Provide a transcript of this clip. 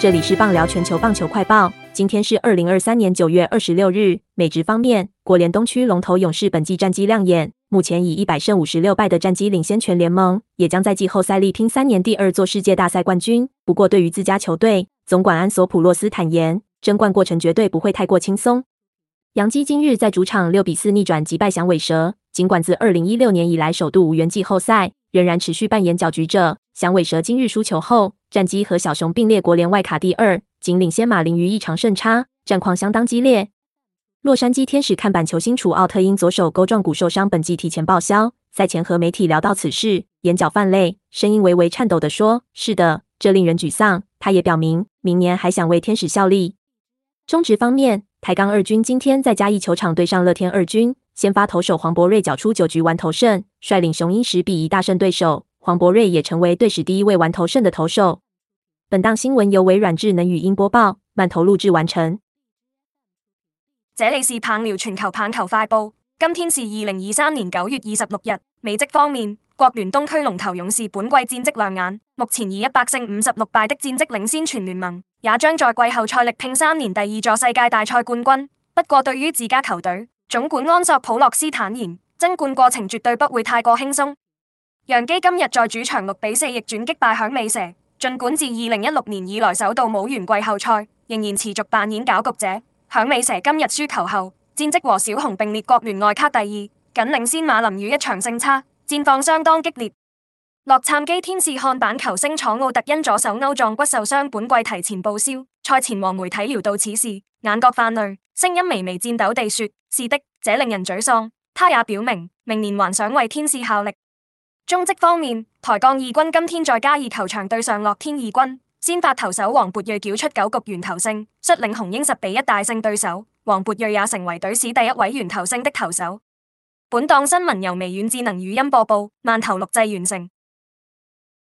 这里是棒聊全球棒球快报，今天是2023年9月26日。美职方面，国联东区龙头勇士本季战绩亮眼，目前以100胜56败的战绩领先全联盟，也将在季后赛力拼3年第2座世界大赛冠军。不过，对于自家球队，总管安索普洛斯坦言，争冠过程绝对不会太过轻松。洋基今日在主场6-4逆转击败响尾蛇，尽管自2016年以来首度无缘季后赛，仍然持续扮演搅局者。响尾蛇今日输球后，战绩和小熊并列国联外卡第2，仅领先马林鱼1场胜差，战况相当激烈。洛杉矶天使看板球星楚奥特因左手钩状骨受伤，本季提前报销。赛前和媒体聊到此事，眼角泛泪，声音微微颤抖地说：“是的，这令人沮丧。”他也表明，明年还想为天使效力。中职方面，台钢二军今天在嘉义球场对上乐天二军，先发投手黄博瑞缴出9局完投胜，率领雄鹰10-1大胜对手。黄博瑞也成为队史第1位完投胜的投手。本档新闻由微软智能语音播报，慢投錄製完成。 這裡是棒聊全球棒球快報，今天是2023年9月26日。美職方面，國聯東區龍頭勇士本季戰績亮眼，目前以100勝56敗的戰績領先全聯盟，也將在季後賽力拼3年第2座世界大賽冠軍。不過對於自家球隊，總管安索普洛斯坦言，爭冠過程絕對不會太過輕鬆。洋基今日在主場6-4逆轉擊敗響尾蛇，儘管自2016年以來首度無緣季後賽，仍然持續扮演攪局者。響尾蛇今日輸球後，戰績和小熊並列國聯外卡第2，僅領先馬林魚1場勝差，戰況相當激烈。洛杉磯天使看板球星楚奧特因左手勾狀骨受傷，本季提前報銷。賽前和媒體聊到此事，眼角泛淚，聲音微微顫抖地說：“是的，這令人沮喪。”他也表明，明年還想為天使效力。中職方面，台鋼二軍今天在嘉義球場對上樂天二軍，先發投手黃勃睿繳出9局完投勝，率領紅鷹10-1大勝對手。黃勃睿也成為隊史第1位完投勝的投手。本檔新聞由微軟智能語音播報，慢投錄製完成。